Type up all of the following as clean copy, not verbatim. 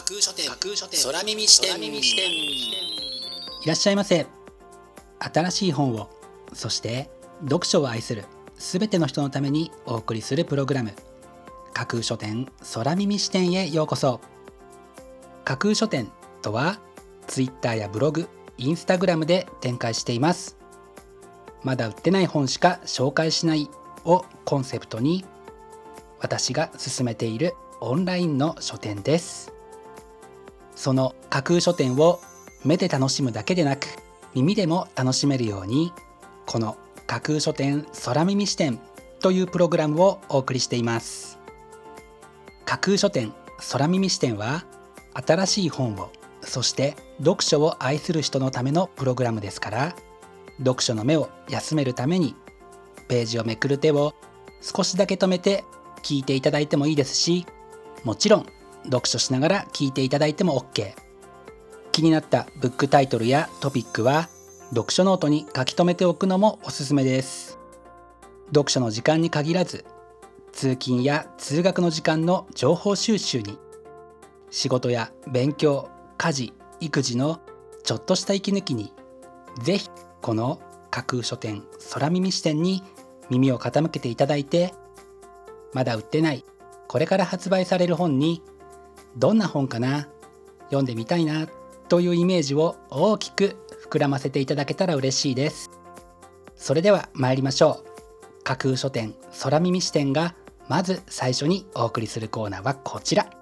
空書店空耳視点。 いらっしゃいませ。新しい本を、そして読書を愛するすべての人のためにお送りするプログラム、架空書店空耳視点へようこそ。架空書店とは Twitter やブログ、Instagram で展開しています。まだ売ってない本しか紹介しないをコンセプトに、私が進めているオンラインの書店です。その架空書店を目で楽しむだけでなく、耳でも楽しめるように、この架空書店空耳視点というプログラムをお送りしています。架空書店空耳視点は、新しい本を、そして読書を愛する人のためのプログラムですから、読書の目を休めるために、ページをめくる手を少しだけ止めて聞いていただいてもいいですし、もちろん読書しながら聞いていただいても OK。 気になったブックタイトルやトピックは読書ノートに書き留めておくのもおすすめです。読書の時間に限らず、通勤や通学の時間の情報収集に、仕事や勉強、家事、育児のちょっとした息抜きに、ぜひこの架空書店空耳視点に耳を傾けていただいて、まだ売ってない、これから発売される本に、どんな本かな、読んでみたいなというイメージを大きく膨らませていただけたら嬉しいです。それでは参りましょう。架空書店空耳視点がまず最初にお送りするコーナーはこちら。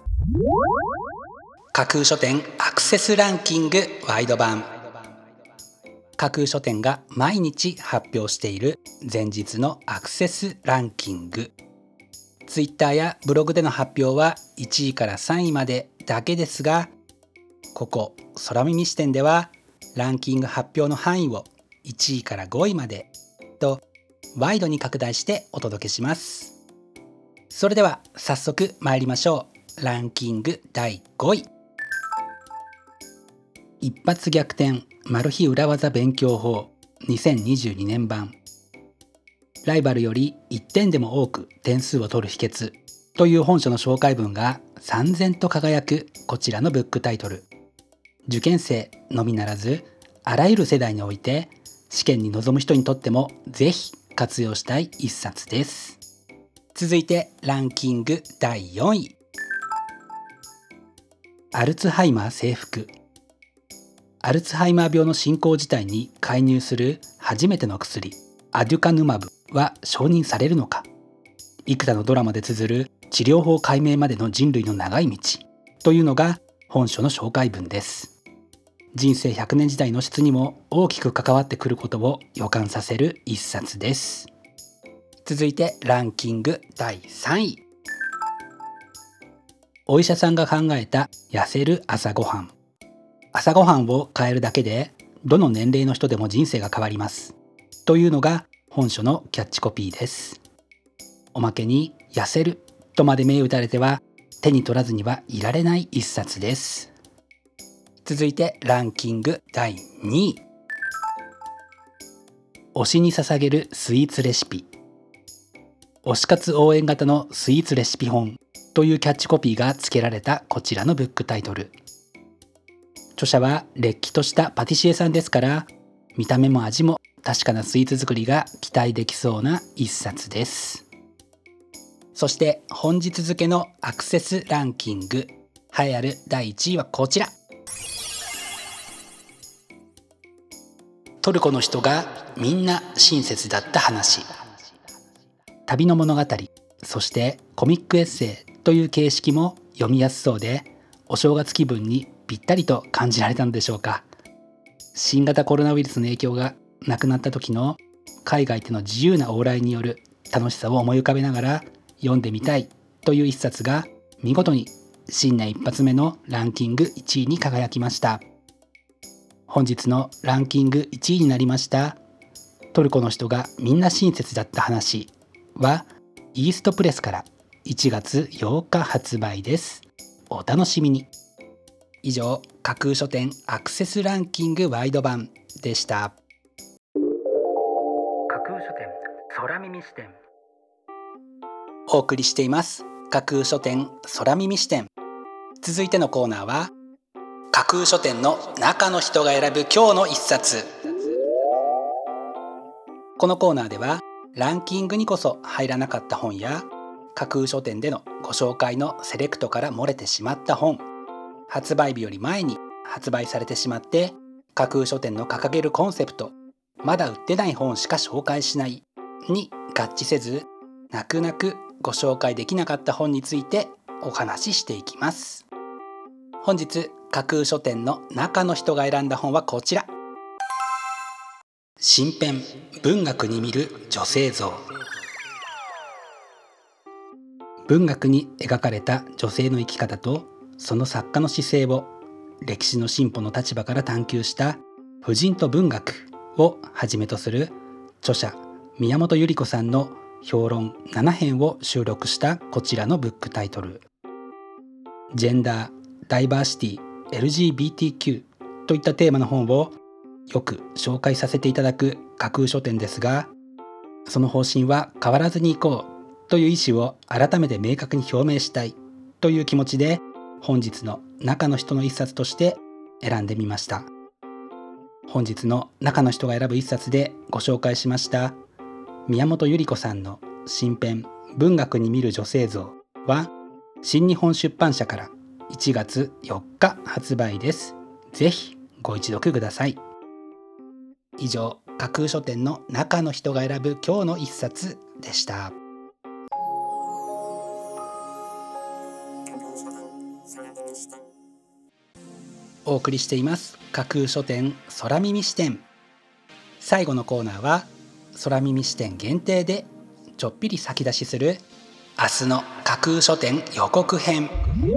架空書店アクセスランキングワイド版。架空書店が毎日発表している前日のアクセスランキング。ツイッターやブログでの発表は1位から3位までだけですが、ここ空耳視点ではランキング発表の範囲を1位から5位までとワイドに拡大してお届けします。それでは早速参りましょう。ランキング第5位。一発逆転マル秘裏技勉強法2022年版。ライバルより1点でも多く点数を取る秘訣という本書の紹介文が燦然と輝くこちらのブックタイトル。受験生のみならず、あらゆる世代において試験に臨む人にとってもぜひ活用したい一冊です。続いてランキング第4位。アルツハイマー征服。アルツハイマー病の進行自体に介入する初めての薬、アデュカヌマブは承認されるのか。幾多のドラマで綴る治療法解明までの人類の長い道というのが本書の紹介文です。人生100年時代の質にも大きく関わってくることを予感させる一冊です。続いてランキング第3位。お医者さんが考えた痩せる朝ごはん。朝ごはんを変えるだけでどの年齢の人でも人生が変わりますというのが本書のキャッチコピーです。おまけに痩せるとまで銘打たれては手に取らずにはいられない一冊です。続いてランキング第2位。推しに捧げるスイーツレシピ。推し活応援型のスイーツレシピ本というキャッチコピーが付けられたこちらのブックタイトル。著者はれっきとしたパティシエさんですから、見た目も味も確かなスイーツ作りが期待できそうな一冊です。そして本日付のアクセスランキング栄えある第1位はこちら。トルコの人がみんな親切だった話。旅の物語、そしてコミックエッセイという形式も読みやすそうで、お正月気分にぴったりと感じられたのでしょうか。新型コロナウイルスの影響がなくなった時の海外での自由な往来による楽しさを思い浮かべながら読んでみたいという一冊が見事に新年一発目のランキング1位に輝きました。本日のランキング1位になりましたトルコの人がみんな親切だった話はイーストプレスから1月8日発売です。お楽しみに。以上、架空書店アクセスランキングワイド版でした。架空書店空耳視点。お送りしています架空書店空耳視点。 続いてのコーナーは架空書店の中の人が選ぶ今日の一冊。このコーナーではランキングにこそ入らなかった本や架空書店でのご紹介のセレクトから漏れてしまった本、発売日より前に発売されてしまって架空書店の掲げるコンセプト、まだ売ってない本しか紹介しないに合致せず、泣く泣くご紹介できなかった本についてお話ししていきます。本日架空書店の中の人が選んだ本はこちら。新編文学に見る女性像。文学に描かれた女性の生き方とその作家の姿勢を歴史の進歩の立場から探求した婦人と文学をはじめとする著者宮本百合子さんの評論7編を収録したこちらのブックタイトル。ジェンダー、ダイバーシティ、LGBTQ といったテーマの本をよく紹介させていただく架空書店ですが、その方針は変わらずにいこうという意思を改めて明確に表明したいという気持ちで本日の中の人の一冊として選んでみました。本日の中の人が選ぶ一冊でご紹介しました宮本百合子さんの新編文学に見る女性像は新日本出版社から1月4日発売です。ぜひご一読ください。以上、架空書店の中の人が選ぶ今日の一冊でした。お送りしています架空書店空耳視点。最後のコーナーは空耳視点限定でちょっぴり先出しする明日の架空書店予告編。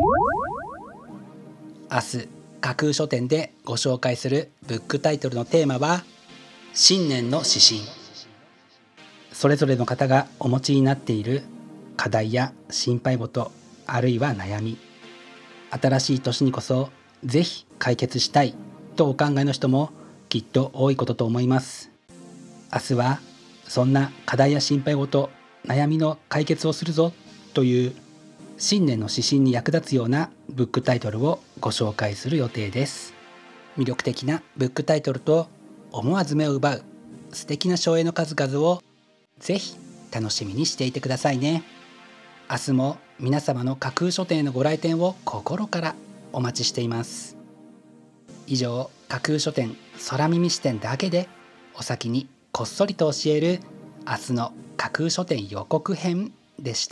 明日架空書店でご紹介するブックタイトルのテーマは新年の指針。それぞれの方がお持ちになっている課題や心配事、あるいは悩み、新しい年にこそぜひ解決したいとお考えの人もきっと多いことと思います。明日はそんな課題や心配事、悩みの解決をするぞという新年の指針に役立つようなブックタイトルをご紹介する予定です。魅力的なブックタイトルと思わず目を奪う素敵な書影の数々をぜひ楽しみにしていてくださいね。明日も皆様の架空書店へのご来店を心からお待ちしています。以上、架空書店空耳視点だけでお先にこっそりと教える明日の架空書店予告編でした。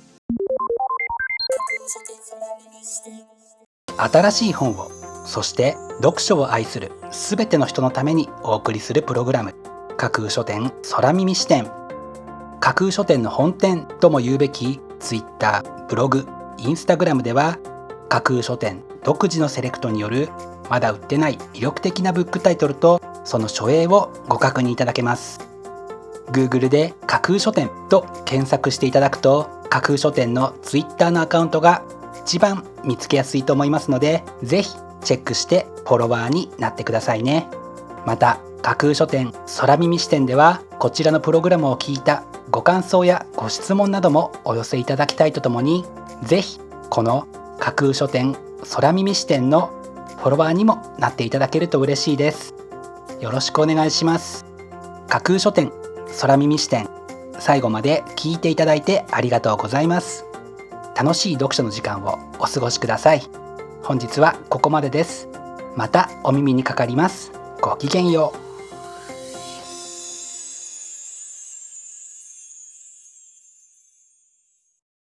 新しい本を、そして読書を愛するすべての人のためにお送りするプログラム、架空書店空耳視点。架空書店の本店とも言うべき Twitter、ブログ、Instagram では架空書店独自のセレクトによるまだ売ってない魅力的なブックタイトルとその書影をご確認いただけます。 Google で架空書店と検索していただくと架空書店の Twitter のアカウントが一番見つけやすいと思いますので、ぜひチェックしてフォロワーになってくださいね。また架空書店空耳視点ではこちらのプログラムを聞いたご感想やご質問などもお寄せいただきたいとともに、ぜひこの架空書店空耳視点のフォロワーにもなっていただけると嬉しいです。よろしくお願いします。架空書店空耳視点、最後まで聞いていただいてありがとうございます。楽しい読書の時間をお過ごしください。本日はここまでです。またお耳にかかります。ごきげんよう。